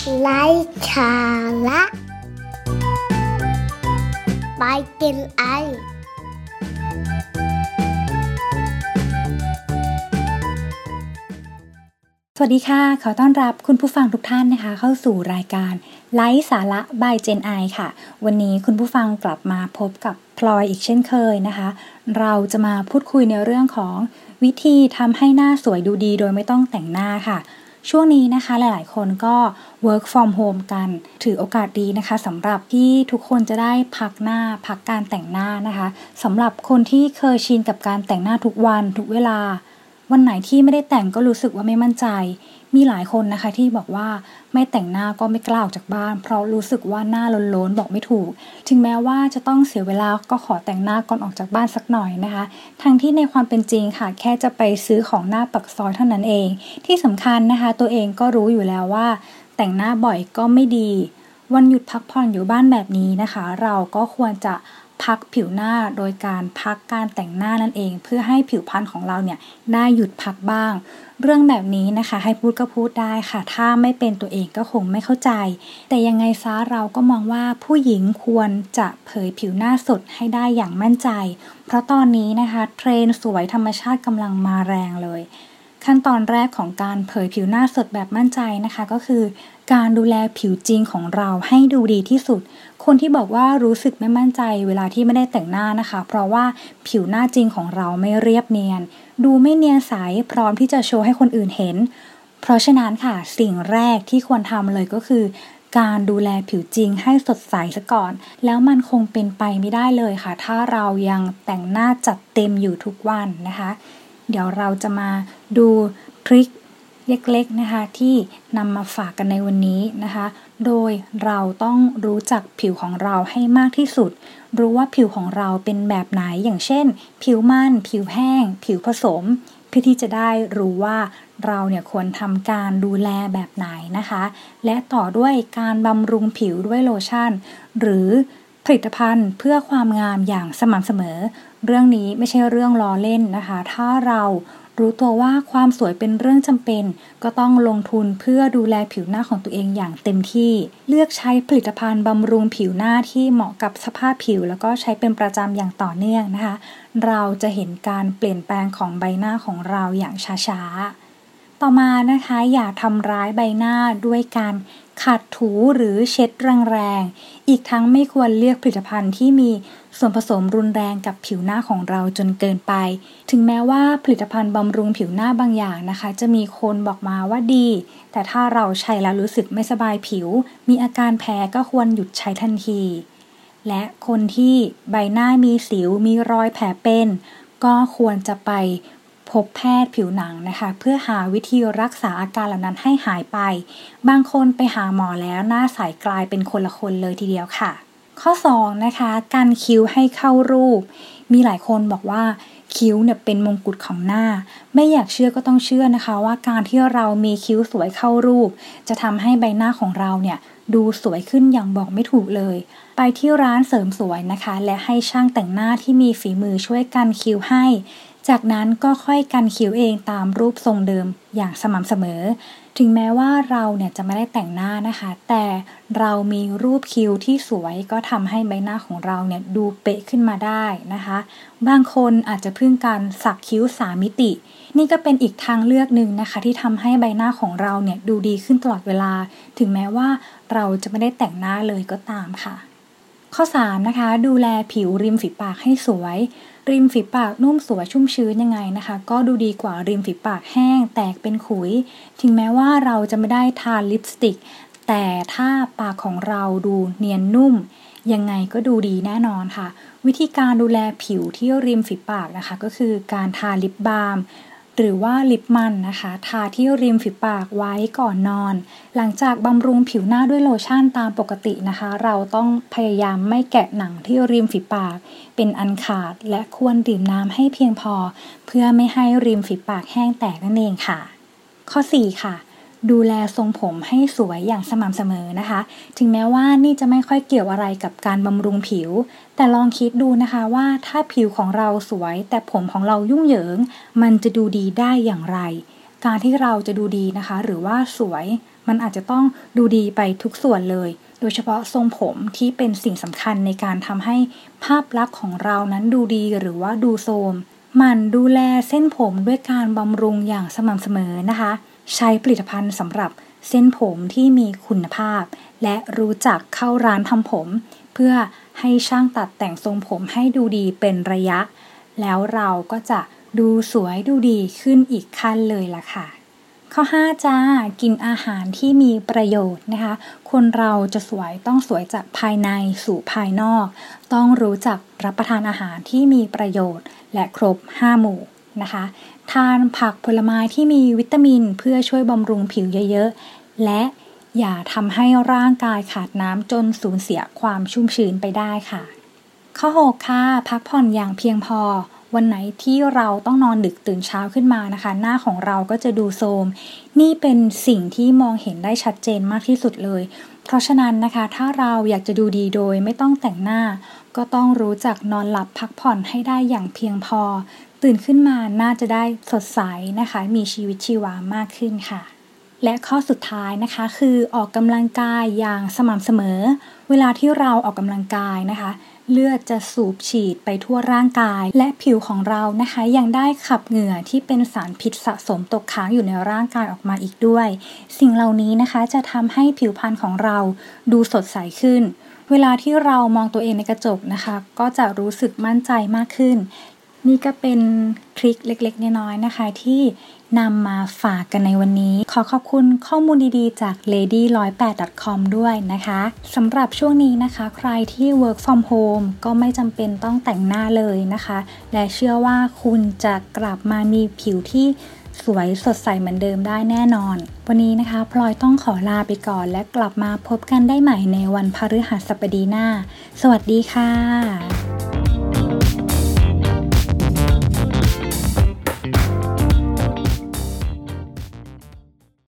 ไร้สาระไปกินไอสวัสดีค่ะขอต้อนรับคุณผู้ฟังทุกท่านนะคะเข้าสู่รายการไลฟ์สาระ by Gen I ค่ะวันนี้คุณผู้ฟังกลับมาพบกับพลอยอีกเช่นเคยนะคะเราจะมาพูดคุยในเรื่องของวิธีทำให้หน้าสวยดูดีโดยไม่ต้องแต่งหน้าค่ะช่วงนี้นะคะหลายๆคนก็ work from home กันถือโอกาสดีนะคะสำหรับที่ทุกคนจะได้พักหน้าพักการแต่งหน้านะคะสำหรับคนที่เคยชินกับการแต่งหน้าทุกวันทุกเวลาวันไหนที่ไม่ได้แต่งก็รู้สึกว่าไม่มั่นใจมีหลายคนนะคะที่บอกว่าไม่แต่งหน้าก็ไม่กล้าออกจากบ้านเพราะรู้สึกว่าหน้าโล้นๆบอกไม่ถูกถึงแม้ว่าจะต้องเสียเวลาก็ขอแต่งหน้าก่อนออกจากบ้านสักหน่อยนะคะทั้งที่ในความเป็นจริงค่ะแค่จะไปซื้อของหน้าปากซอยเท่านั้นเองที่สำคัญนะคะตัวเองก็รู้อยู่แล้วว่าแต่งหน้าบ่อยก็ไม่ดีวันหยุดพักผ่อนอยู่บ้านแบบนี้นะคะเราก็ควรจะพักผิวหน้าโดยการพักการแต่งหน้านั่นเองเพื่อให้ผิวพรรณของเราเนี่ยได้หยุดพักบ้างเรื่องแบบนี้นะคะให้พูดก็พูดได้ค่ะถ้าไม่เป็นตัวเองก็คงไม่เข้าใจแต่ยังไงซะเราก็มองว่าผู้หญิงควรจะเผยผิวหน้าสดให้ได้อย่างมั่นใจเพราะตอนนี้นะคะเทรนด์สวยธรรมชาติกำลังมาแรงเลยขั้นตอนแรกของการเผยผิวหน้าสดแบบมั่นใจนะคะก็คือการดูแลผิวจริงของเราให้ดูดีที่สุดคนที่บอกว่ารู้สึกไม่มั่นใจเวลาที่ไม่ได้แต่งหน้านะคะเพราะว่าผิวหน้าจริงของเราไม่เรียบเนียนดูไม่เนียนใสพร้อมที่จะโชว์ให้คนอื่นเห็นเพราะฉะนั้นค่ะสิ่งแรกที่ควรทำเลยก็คือการดูแลผิวจริงให้สดใสซะก่อนแล้วมันคงเป็นไปไม่ได้เลยค่ะถ้าเรายังแต่งหน้าจัดเต็มอยู่ทุกวันนะคะเดี๋ยวเราจะมาดูทริคเล็กๆนะคะที่นำมาฝากกันในวันนี้นะคะโดยเราต้องรู้จักผิวของเราให้มากที่สุดรู้ว่าผิวของเราเป็นแบบไหนอย่างเช่นผิวมันผิวแห้งผิวผสมเพื่อที่จะได้รู้ว่าเราเนี่ยควรทำการดูแลแบบไหนนะคะและต่อด้วยการบำรุงผิวด้วยโลชั่นหรือผลิตภัณฑ์เพื่อความงามอย่างสม่ำเสมอเรื่องนี้ไม่ใช่เรื่องล้อเล่นนะคะถ้าเรารู้ตัวว่าความสวยเป็นเรื่องจำเป็นก็ต้องลงทุนเพื่อดูแลผิวหน้าของตัวเองอย่างเต็มที่เลือกใช้ผลิตภัณฑ์บำรุงผิวหน้าที่เหมาะกับสภาพผิวแล้วก็ใช้เป็นประจำอย่างต่อเนื่องนะคะเราจะเห็นการเปลี่ยนแปลงของใบหน้าของเราอย่างช้าๆต่อมานะคะอย่าทำร้ายใบหน้าด้วยการขัดถูหรือเช็ดแรงๆอีกทั้งไม่ควรเลือกผลิตภัณฑ์ที่มีส่วนผสมรุนแรงกับผิวหน้าของเราจนเกินไปถึงแม้ว่าผลิตภัณฑ์บำรุงผิวหน้าบางอย่างนะคะจะมีคนบอกมาว่าดีแต่ถ้าเราใช้แล้วรู้สึกไม่สบายผิวมีอาการแพ้ก็ควรหยุดใช้ทันทีและคนที่ใบหน้ามีสิวมีรอยแผลเป็นก็ควรจะไปพบแพทย์ผิวหนังนะคะเพื่อหาวิธีรักษาอาการเหล่านั้นให้หายไปบางคนไปหาหมอแล้วหน้าใสกลายเป็นคนละคนเลยทีเดียวค่ะข้อ2นะคะกันคิ้วให้เข้ารูปมีหลายคนบอกว่าคิ้วเนี่ยเป็นมงกุฎของหน้าไม่อยากเชื่อก็ต้องเชื่อนะคะว่าการที่เรามีคิ้วสวยเข้ารูปจะทำให้ใบหน้าของเราเนี่ยดูสวยขึ้นอย่างบอกไม่ถูกเลยไปที่ร้านเสริมสวยนะคะและให้ช่างแต่งหน้าที่มีฝีมือช่วยกันคิ้วให้จากนั้นก็ค่อยกันคิ้วเองตามรูปทรงเดิมอย่างสม่ำเสมอถึงแม้ว่าเราเนี่ยจะไม่ได้แต่งหน้านะคะแต่เรามีรูปคิ้วที่สวยก็ทำให้ใบหน้าของเราเนี่ยดูเป๊ะขึ้นมาได้นะคะบางคนอาจจะพึ่งการสักคิ้ว3มิตินี่ก็เป็นอีกทางเลือกหนึ่งนะคะที่ทำให้ใบหน้าของเราเนี่ยดูดีขึ้นตลอดเวลาถึงแม้ว่าเราจะไม่ได้แต่งหน้าเลยก็ตามค่ะข้อ3นะคะดูแลผิวริมฝีปากให้สวยริมฝีปากนุ่มสวยชุ่มชื้นยังไงนะคะก็ดูดีกว่าริมฝีปากแห้งแตกเป็นขุยถึงแม้ว่าเราจะไม่ได้ทาลิปสติกแต่ถ้าปากของเราดูเนียนนุ่มยังไงก็ดูดีแน่นอนค่ะวิธีการดูแลผิวที่ริมฝีปากนะคะก็คือการทาลิปบาล์มหรือว่าลิปมันนะคะทาที่ริมฝีปากไว้ก่อนนอนหลังจากบำรุงผิวหน้าด้วยโลชั่นตามปกตินะคะเราต้องพยายามไม่แกะหนังที่ริมฝีปากเป็นอันขาดและควรดื่มน้ำให้เพียงพอเพื่อไม่ให้ริมฝีปากแห้งแตกนั่นเองค่ะข้อ4ค่ะดูแลทรงผมให้สวยอย่างสม่ำเสมอนะคะถึงแม้ว่านี่จะไม่ค่อยเกี่ยวอะไรกับการบำรุงผิวแต่ลองคิดดูนะคะว่าถ้าผิวของเราสวยแต่ผมของเรายุ่งเหยิงมันจะดูดีได้อย่างไรการที่เราจะดูดีนะคะหรือว่าสวยมันอาจจะต้องดูดีไปทุกส่วนเลยโดยเฉพาะทรงผมที่เป็นสิ่งสำคัญในการทำให้ภาพลักษณ์ของเรานั้นดูดีหรือว่าดูโทรมหมั่นดูแลเส้นผมด้วยการบำรุงอย่างสม่ำเสมอนะคะใช้ผลิตภัณฑ์สำหรับเส้นผมที่มีคุณภาพและรู้จักเข้าร้านทำผมเพื่อให้ช่างตัดแต่งทรงผมให้ดูดีเป็นระยะแล้วเราก็จะดูสวยดูดีขึ้นอีกขั้นเลยล่ะค่ะข้อ5จ้ากินอาหารที่มีประโยชน์นะคะคนเราจะสวยต้องสวยจากภายในสู่ภายนอกต้องรู้จักรับประทานอาหารที่มีประโยชน์และครบ5หมู่นะคะทานผักผลไม้ที่มีวิตามินเพื่อช่วยบำรุงผิวเยอะๆและอย่าทำให้ร่างกายขาดน้ำจนสูญเสียความชุ่มชื้นไปได้ค่ะข้อ6ค่ะพักผ่อนอย่างเพียงพอวันไหนที่เราต้องนอนดึกตื่นเช้าขึ้นมานะคะหน้าของเราก็จะดูโทรมนี่เป็นสิ่งที่มองเห็นได้ชัดเจนมากที่สุดเลยเพราะฉะนั้นนะคะถ้าเราอยากจะดูดีโดยไม่ต้องแต่งหน้าก็ต้องรู้จักนอนหลับพักผ่อนให้ได้อย่างเพียงพอตื่นขึ้นมาน่าจะได้สดใสนะคะมีชีวิตชีวามากขึ้นค่ะและข้อสุดท้ายนะคะคือออกกำลังกายอย่างสม่ำเสมอเวลาที่เราออกกำลังกายนะคะเลือดจะสูบฉีดไปทั่วร่างกายและผิวของเรานะคะยังได้ขับเหงื่อที่เป็นสารพิษสะสมตกค้างอยู่ในร่างกายออกมาอีกด้วยสิ่งเหล่านี้นะคะจะทำให้ผิวพรรณของเราดูสดใสขึ้นเวลาที่เรามองตัวเองในกระจกนะคะก็จะรู้สึกมั่นใจมากขึ้นนี่ก็เป็นทริคเล็กๆน้อยๆนะคะที่นำมาฝากกันในวันนี้ขอขอบคุณข้อมูลดีๆจาก lady108.com ด้วยนะคะสำหรับช่วงนี้นะคะใครที่ work from home ก็ไม่จำเป็นต้องแต่งหน้าเลยนะคะและเชื่อว่าคุณจะกลับมามีผิวที่สวยสดใสเหมือนเดิมได้แน่นอนวันนี้นะคะพลอยต้องขอลาไปก่อนและกลับมาพบกันได้ใหม่ในวันพฤหัสบดีหน้าสวัสดีค่ะ